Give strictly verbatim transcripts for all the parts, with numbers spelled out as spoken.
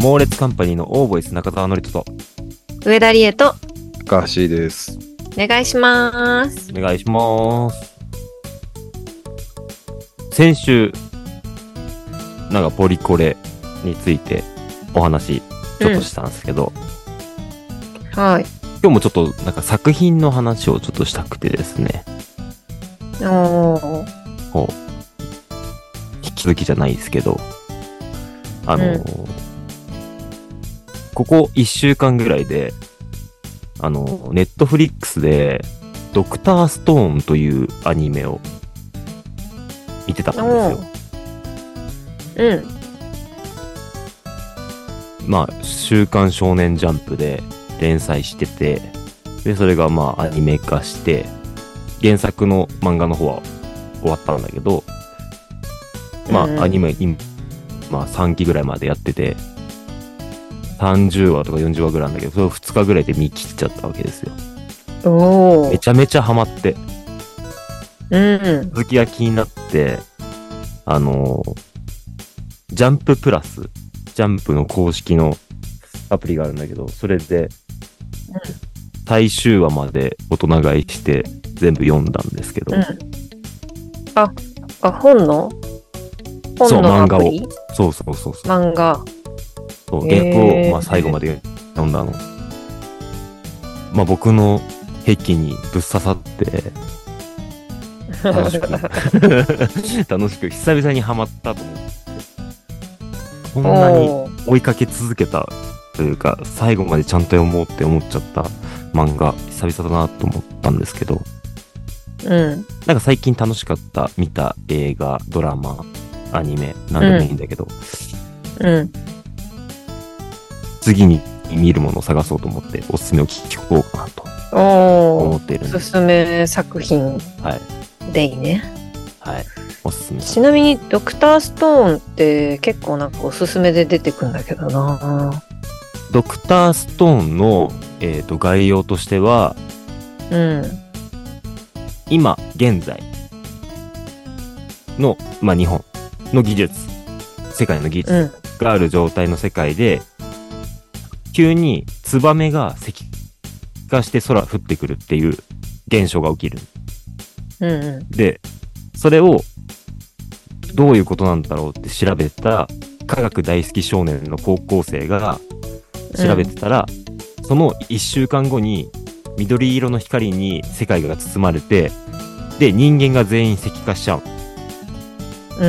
猛烈カンパニーのオーボイス中澤のりとと上田理恵と高橋です。 お願いします。 お願いします。先週なんかポリコレについてお話ちょっとしたんですけど、 うん、はい。 今日もちょっとなんか作品の話をちょっとしたくてですね。 おー。 こう引き続きじゃないですけど、あのーうん、ここいっしゅうかんぐらいであのネットフリックスでドクターストーンというアニメを見てたんですよ。 うん。 まあ週刊少年ジャンプで連載してて、でそれがまあアニメ化して原作の漫画の方は終わったんだけど、まあ、うん、アニメ今、まあ、さんきぐらいまでやっててさんじゅうわとかよんじゅうわぐらいなんだけど、それをふつかぐらいで見切っちゃったわけですよ。 おー。 めちゃめちゃハマって、 うん、 続きが気になって、あのー、ジャンププラスジャンプの公式のアプリがあるんだけど、それで、うん、最終話まで大人買いして全部読んだんですけど、 うん、ああ本のそう漫画をそうそうそうそう漫画そう原稿を、まあ、最後まで読んだの。まあ僕の癖にぶっ刺さって楽しく楽しく久々にハマったと思って、こんなに追いかけ続けたというか最後までちゃんと読もうって思っちゃった漫画久々だなと思ったんですけど、 うん、 なんか最近楽しかった見た映画ドラマアニメなんでもいいんだけど、 うんうん、 次に見るものを探そうと思っておすすめを聞こうかなと思っているんです。 おすすめ作品でいいね。 はい、はい、おすすめ。 ちなみにドクターストーンって結構なんかおすすめで出てくんだけどな。 ドクターストーンの、えーと、概要としては、 うん、 今現在の、まあ、日本の技術、世界の技術がある状態の世界で、うん、急にツバメが石化して空降ってくるっていう現象が起きる。 うんうん、 で、それをどういうことなんだろうって調べた科学大好き少年の高校生が調べてたら、うん、そのいっしゅうかんごに緑色の光に世界が包まれて、で人間が全員石化しちゃう。 うん。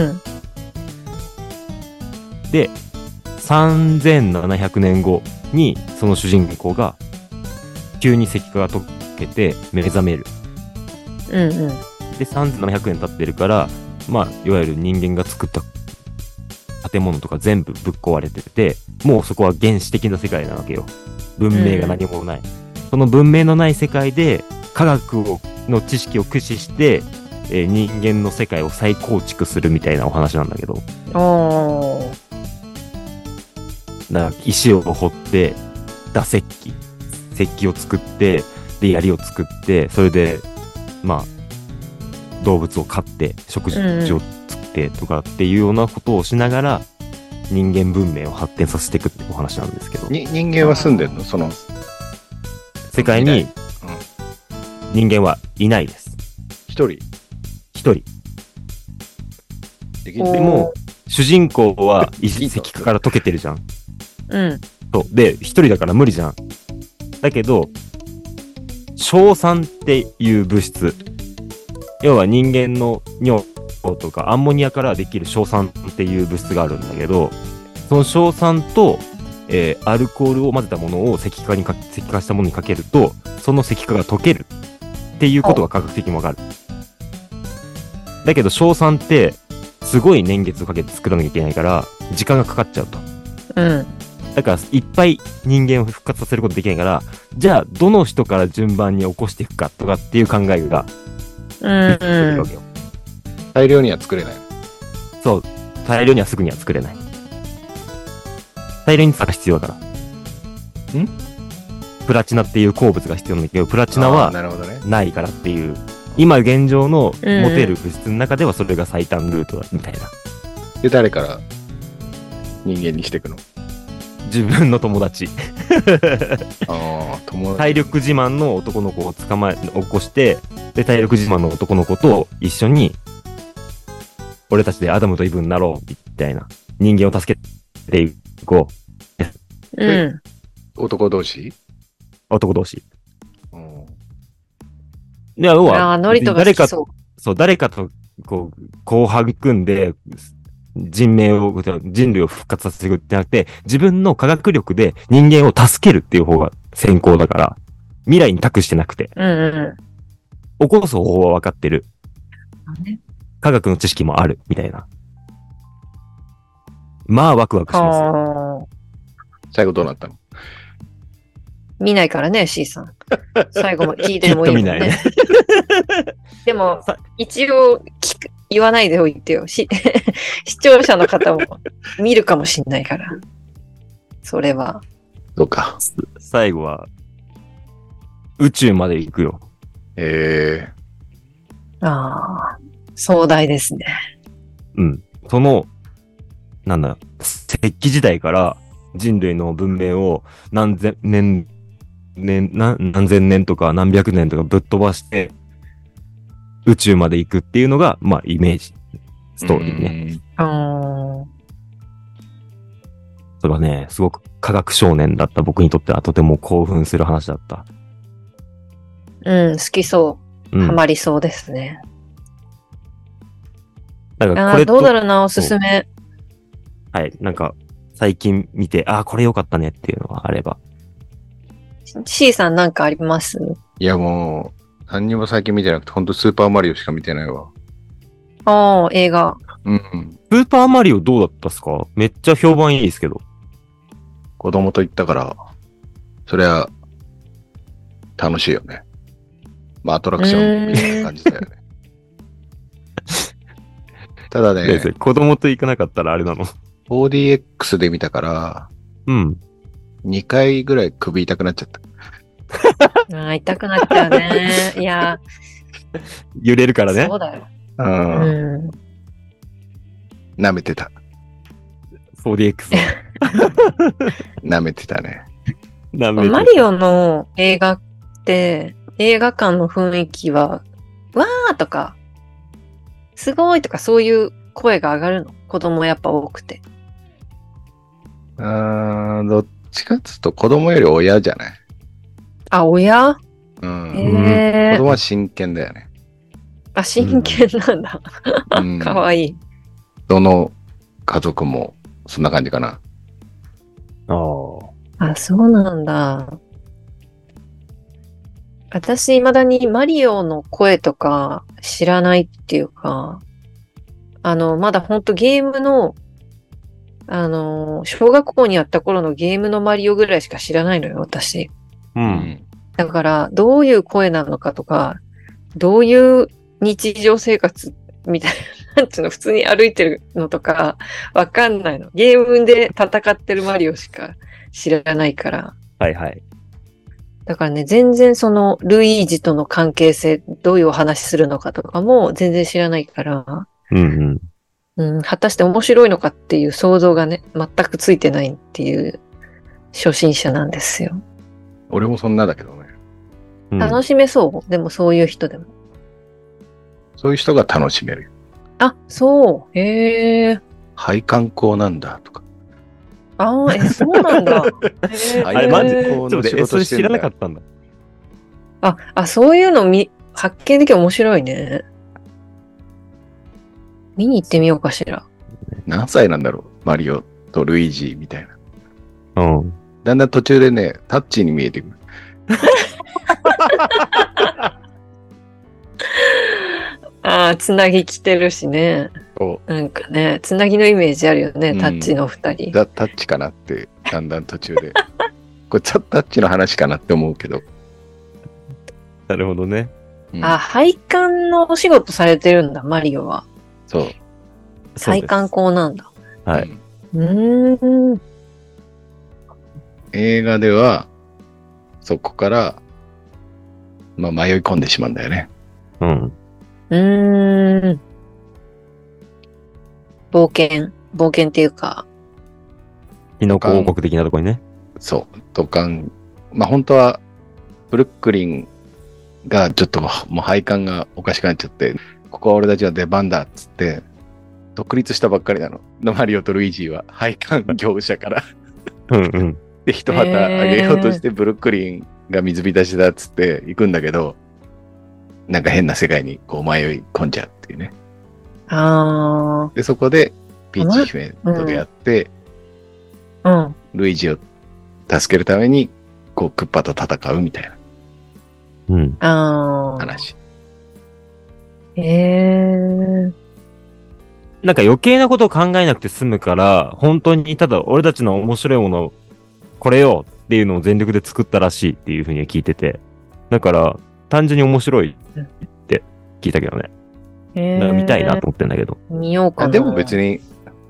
でさんぜんななひゃくねんごにその主人公が急に石化が溶けて目覚める。 うんうん。 でさんぜんななひゃくねん経ってるから、まあいわゆる人間が作った建物とか全部ぶっ壊れてて、もうそこは原始的な世界なわけよ。文明が何もない。うん、その文明のない世界で科学をの知識を駆使して、えー、人間の世界を再構築するみたいなお話なんだけど。 おー。 だから石を掘って打石器石器を作ってで槍を作ってそれでまあ動物を飼って食事を作ってとかっていうようなことをしながら人間文明を発展させていくってお話なんですけど、 に人間は住んでんのその世界に人間はいないです。 一人一人でも主人公は石化から溶けてるじゃん。 うん。 そうで一人だから無理じゃん。だけど硝酸っていう物質、要は人間の尿とかアンモニアからできる硝酸っていう物質があるんだけど、その硝酸と、えー、アルコールを混ぜたものを石化にか石化したものにかけるとその石化が溶けるっていうことが科学的にわかる。だけど硝酸ってすごい年月をかけて作らなきゃいけないから時間がかかっちゃうと。 うん。 だからいっぱい人間を復活させることできないから、じゃあどの人から順番に起こしていくかとかっていう考えが出てくるわけよ。 大量には作れない。 そう、大量にはすぐには作れない。大量に使う必要だから。ん？プラチナっていう鉱物が必要なんだけど、プラチナはないからっていう、今現状の持てる物質の中ではそれが最短ルートだみたいな。 で誰から人間にしていくの？ 自分の友達。 ああ、友達。 体力自慢の男の子を捕まえ、起こして、で、体力自慢の男の子と一緒に、俺たちでアダムとイブになろう、みたいな。人間を助けていこう。 うん。 男同士男同士。 うん。 で、要ああ、 は、 ノリとが誰か、 好きそそう、誰かと、こう、こう育んで、人命を、人類を復活させていくってなくて、自分の科学力で人間を助けるっていう方が先行だから、未来に託してなくて、 う。うんう起こす方法は分かってる。 ん。ね、 科学の知識もある、みたいな。まあ、ワクワクしますよ。 はあ。 最後どうなったの？ 見ないからね、C さん。最後も聞いてもいいもんきっと見ないねね。 でもさ、 一応聞く、言わないでおいてよ。し視聴者の方も見るかもしんないから。それは。 どうか。 最後は、宇宙まで行くよ。 えああ、壮大ですね。 うん。その、なんだ、石器時代から人類の文明を何千年、年、何何千年とか何百年とかぶっ飛ばして、宇宙まで行くっていうのが、まあ、イメージ。スー。 トーリーね。 ね。 あーそれはね、すごく科学少年だった僕にとってはとても興奮する話だった。 うん、好きそうう。ハん。 マりそうですね。 だからああ、 これと、 どうだろうな、おすすめ。 はい、なんか、最近見て、ああ、これ良かったねっていうのがあれば。 C さんなんかあります？ いやもう、何にも最近見てなくて、ほんとスーパーマリオしか見てないわ。 ああ、映画。 うん。 スーパーマリオどうだったっすか？めっちゃ評判いいですけど。 子供と行ったから、そりゃ、楽しいよね。まあ、アトラクションみたいな感じだよね。ただね、 ね、子供と行かなかったらあれなの。 フォーディーエックス で見たから、 うん。 にかいぐらい首痛くなっちゃった。 ああ、痛くなっちゃうね。いや、 揺れるからねそ。うだよ。 う。 うんん。 舐めてた。 フォーディーエックス は。 舐めてたね。 なめてマリオの映画って、映画館の雰囲気は、わーとか、すごいとかそういう声が上がるの。子供やっぱ多くて。 あー、どっちかっつうと子供より親じゃない？ あ、親？ うん。 へー。 子供は真剣だよね。 あ、真剣なんだ。 うんかわいい。 どの家族もそんな感じかな。 ああ。 あ、そうなんだ。私、未だにマリオの声とか知らないっていうか、あの、まだほんとゲームの、あの、小学校にやった頃のゲームのマリオぐらいしか知らないのよ、私。 う。。 うんだから、どういう声なのかとか、どういう日常生活みたいな、なんていうの、普通に歩いてるのとか、わかんないの。ゲームで戦ってるマリオしか知らないから。 はいはい。 だからね、全然その、ルイージとの関係性、どういうお話するのかとかも全然知らないから、 うんうん。 うん、果たして面白いのかっていう想像がね、全くついてないっていう初心者なんですよ。 俺もそんなだけどね。 うん、 楽しめそう、でもそういう人でも。 そういう人が楽しめるよ。 あ、そう。へえ。 配管工なんだとか。 ああ、え、そうなんだ。へーあれマジで、ちへーょっと待って、えそれ知らなかったんだ。 あ、あ、そういうの見、発見できて面白いね。見に行ってみようかしら。 何歳なんだろうマリオとルイージみたいな。 うん。 だんだん途中でね、タッチに見えてくる。 ああ、つなぎ着てるしね。 そなんかね、つなぎのイメージあるよね、 うんタッチの二人。 ザ・タッチかなって、だんだん途中で。これザ・タッチの話かなって思うけど。 なるほどね。 うんあ、配管のお仕事されてるんだ、マリオは。 そう。 そうです配管工なんだ。 はい。 うんうーん。 映画では、そこから、まあ迷い込んでしまうんだよね。 うん。 うーん。冒険。冒険っていうか、 キノコ王国的なとこにね。 そう、土管、まあ本当は、ブルックリンがちょっともう配管がおかしくなっちゃって、ここは俺たちは出番だっつって、独立したばっかりなの。マリオとルイージは配管業者から。 うんうん。 で、一旗あげようとしてブルックリンが水浸しだっつって行くんだけど、なんか変な世界にこう迷い込んじゃうっていうね。 あで、そこでピーチ姫と出会って、 あ。うん。 ルイージを助けるために、こう、クッパと戦うみたいなうん。 ああ。 話。 へえ。 なんか余計なことを考えなくて済むから、本当にただ俺たちの面白いもの、これよっていうのを全力で作ったらしいっていうふうに聞いてて。だから、単純に面白いって聞いたけどね。 へえ。 なんか見たいなと思ってんだけど。 見ようかな。 あでも別に、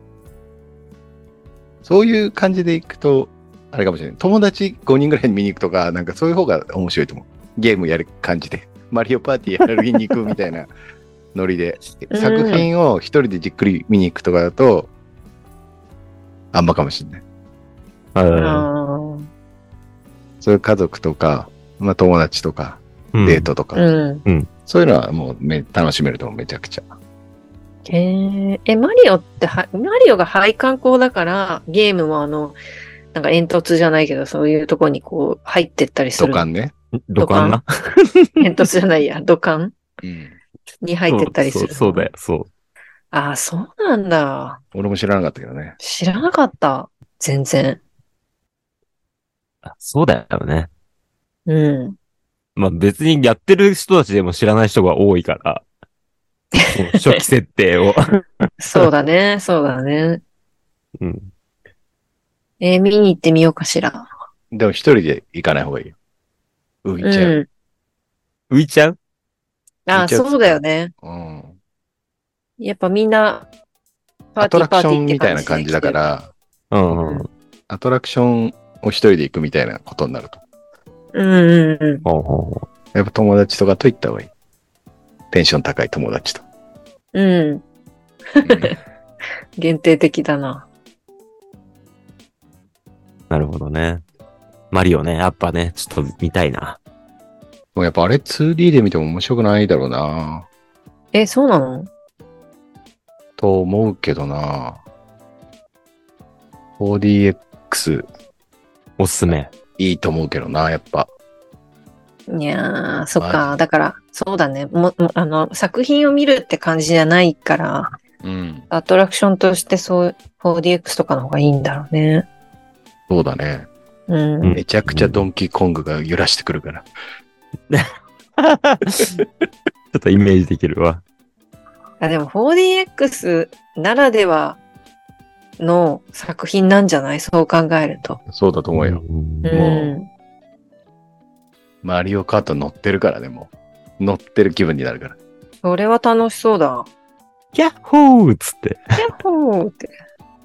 そういう感じで行くと、あれかもしれない。友達ごにんぐらいに見に行くとか、なんかそういう方が面白いと思う。ゲームやる感じで。マリオパーティーやりに行くみたいなノリで。 うん作品を一人でじっくり見に行くとかだと、あんまかもしれない。 あうーそういう家族とか、まあ友達とか、 ん。 デートとか、 うん。 そういうのはもうめ楽しめると思う、めちゃくちゃ。 へえ。え、マリオっては、マリオが配管工だから、ゲームもあの、なんか煙突じゃないけど、そういうとこにこう、入ってったりする。 土管ね。 土管な。 煙突じゃないや、土管うん。 に入ってったりする。 そうそうそうだよ、そう。 ああ、そうなんだ。 俺も知らなかったけどね。 知らなかった。全然。 あそうだよね。 うん。 まあ別にやってる人たちでも知らない人が多いから、その初期設定を。 そうだね、そうだね。 うん。 えー見に行ってみようかしら。 でも一人で行かない方がいいよ。浮いちゃう。 うん。 浮いちゃうああ、 浮いちゃうっつったそうだよね。 うん。 やっぱみんな、パアーティーパーティートラクションって感じでみたいな感じだか来てる。 ら、 うん。うんうんアトラクションを一人で行くみたいなことになると。 うんうんうん。 ほうほうほやっぱ友達とかと行った方がいい。テンション高い友達と。 うん。 うん限定的だな。 う。なるほどね。マリオね、やっぱね、ちょっと見たいな。 もうやっぱあれ ツーディー で見ても面白くないだろうなえ、そうなの？ と思うけどな フォーディーエックスおすすめ。 いいと思うけどな、やっぱ。 いやー、そっマか。 ジだから、そうだね。も、もあの、作品を見るって感じじゃないから、 うん。 アトラクションとしてそう、フォーディーエックス とかの方がいいんだろうね。 そうだね。 うん。 うんめちゃくちゃドンキーコングが揺らしてくるから。 ちょっとイメージできるわ。 あ、でも フォーディーエックス ならではの作品なんじゃない？そう考えると。 そうだと思うよ。 んうもん。 マリオカート乗ってるからね、もう。乗ってる気分になるから。 それは楽しそうだ。 キャッホーっつって。 ヤッホーって。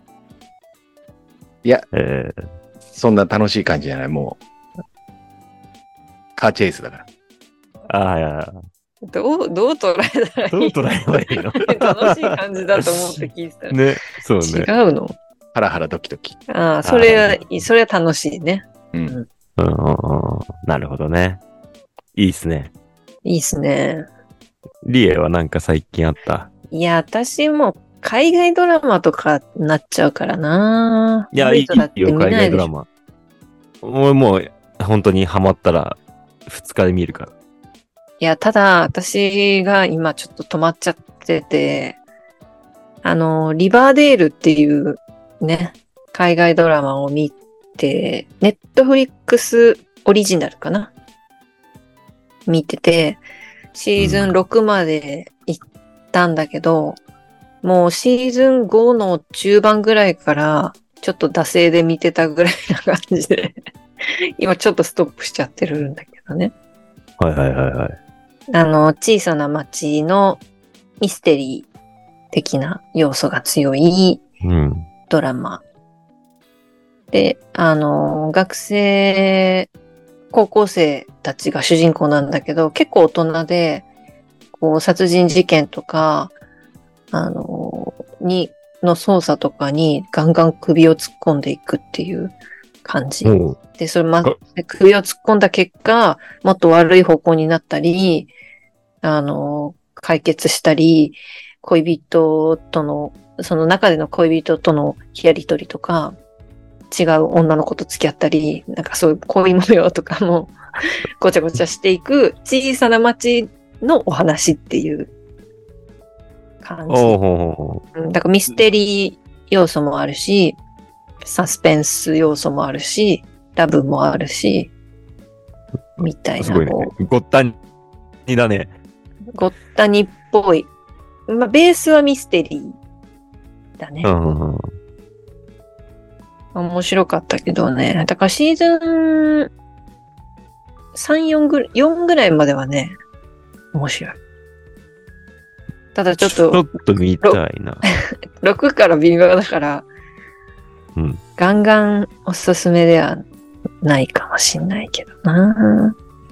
いや、 えー、 そんな楽しい感じじゃない。もう、カーチェイスだから。 ああ、いや、 どう、どう捉えたらいい？ どう捉えればいいの楽しい感じだと思って聞いてたら。 ね、そう違ね。 うの？ ハラハラドキドキ。 ああ、それは、それは楽しいね。 うん。 うんうんうん、なるほどね。いいっすね。 いいっすね。 リエはなんか最近あった。 いや、私も海外ドラマとかなっちゃうからな。 いや、いいマリトだってよ、 見な海外いでしょ。 ドラマ。俺もう、本当にハマったら、二日で見るから。 いや、ただ、私が今ちょっと止まっちゃってて、あの、リバーデールっていうね、海外ドラマを見て、ネットフリックスオリジナルかな見てて、シーズンろくまで行ったんだけど、もうシーズンごの中盤ぐらいから、ちょっと惰性で見てたぐらいな感じで、今ちょっとストップしちゃってるんだけどね。 はいはいはいはい。 あの、小さな町のミステリー的な要素が強いうん。 ドラマ。で、あの、学生、高校生たちが主人公なんだけど、結構大人で、こう、殺人事件とか、あの、にの操作とかにガンガン首を突っ込んでいくっていう感じ。 おうで、それまが、 首を突っ込んだ結果、もっと悪い方向になったり、あの、解決したり、恋人との、その中での恋人とのやりとりとか、違う女の子と付き合ったり、なんかそういう恋模様とかもごちゃごちゃしていく小さな町のお話っていう感じ。 おうほうほうほうんだからミステリー要素もあるし、サスペンス要素もあるし、ラブもあるし、みたいうな。 すごいねこ。 ごったにだね。 うごったにっぽい。まあ、ベースはミステリーだね。 うんうんうん。 面白かったけどね。だからシーズンさん、よんぐらい、よんぐらいまではね、面白い。ただちょっちょと、 っと見たいな。 ろくから微妙だから、 うん。 ガンガンおすすめではないかもしんないけどなうん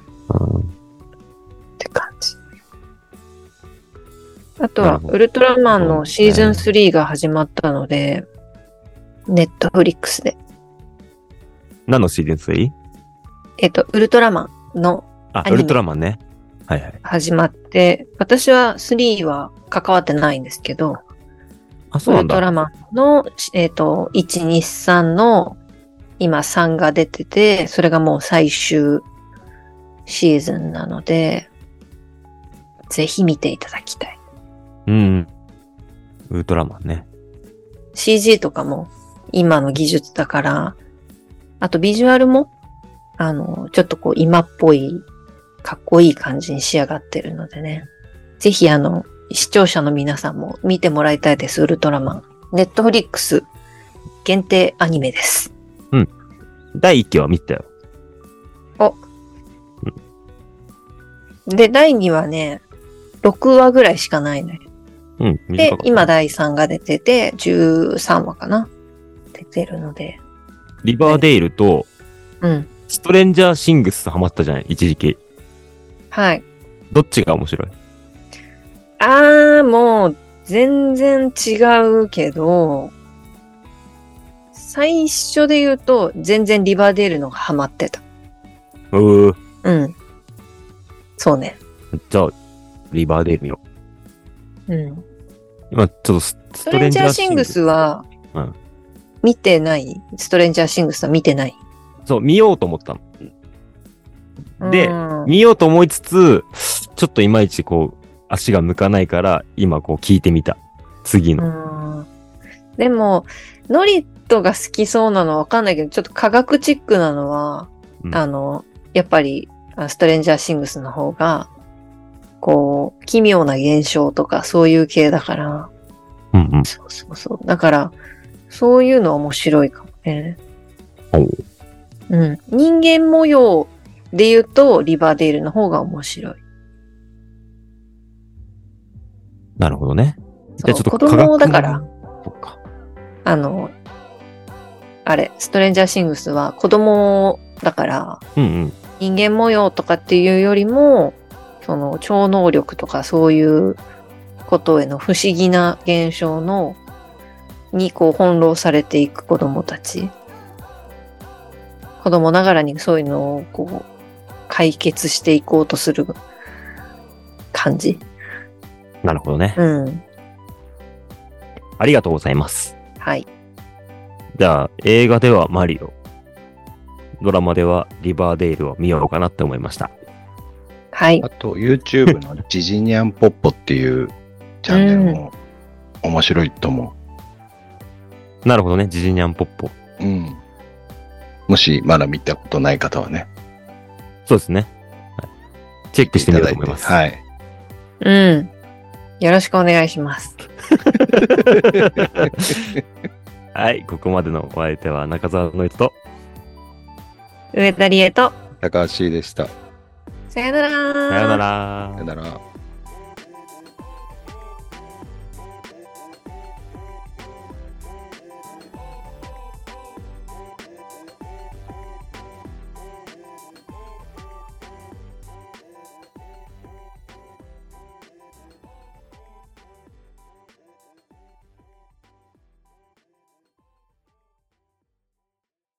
って感じ。あとは、 なるほどウルトラマンのシーズンスリーが始まったので、ネットフリックスで。 何のシーズン スリー？ えっと、ウルトラマンのあ、 アニメウルトラマンね。はいはい。 始まって、私はスリーは関わってないんですけど、 あ、そうなんだ。 ウルトラマンの、えっと、いち、に、さんの今さんが出てて、それがもう最終シーズンなので、ぜひ見ていただきたい。 うん。ウルトラマンね。 シージー とかも今の技術だから、あとビジュアルも、あの、ちょっとこう今っぽい、かっこいい感じに仕上がってるのでね。ぜひあの、視聴者の皆さんも見てもらいたいです、ウルトラマン。ネットフリックス限定アニメです。 だいいっきは見たよ。 で、だいにわね、ろくわぐらいしかないのよ。 うん。短でかっ、た今だいさんが出てて、じゅうさんわかな出てるので。 リバーデイルと、 うん。 ストレンジャーシングスハマったじゃない一時期。 はい。 どっちが面白い？ あー、もう、全然違うけど、最初で言うと、全然リバーデールのがハマってた。 うー。 うん。そうね。 じゃあ、リバーデイル見ようん。 う。今、ちょっとススストレンジトレンジャャーシングスーシングス。は、 うん見てないストレンジャーシングスは見てない。 そう、見ようと思ったの。で、 うん見ようと思いつつ、ちょっといまいちこう、足が向かないから、今こう聞いてみた。次の。 うんでも、ノリットが好きそうなのはわかんないけど、ちょっと科学チックなのは、 うんあの、やっぱり、あストレンジャーシングスの方が、こう、奇妙な現象とかそういう系だから、 うんうん。 そうそうそう。だから、そういうのは面白いかもね。 おううん。人間模様で言うと、リバーデールの方が面白い。 なるほどね。 そうじゃあちょっと子供だから、 そっか。 あの、あれ、ストレンジャーシングスは子供だから、 うんうん。 人間模様とかっていうよりも、その超能力とかそういうことへの不思議な現象の、にこう翻弄されていく子供たち。子供ながらにそういうのをこう解決していこうとする感じ。 なるほどね。 うん。 ありがとうございます。 はい。 じゃあ、映画ではマリオ。ドラマではリバーデイルを見ようかなって思いました。 はいあ。と、YouTube のジジニャンポッポっていうチャンネルも面白いと思なるほどね。ジジニャンポッポ。 う。うん。もしまだ見たことない方はね。 そうですね。はい、チェックしてみようと思います。 はい。 うん。よろしくお願いします。 はい。ここまでのお相手は中澤の人と、 上田理恵と、 高橋でした。 さよなら。 さよならさよなら。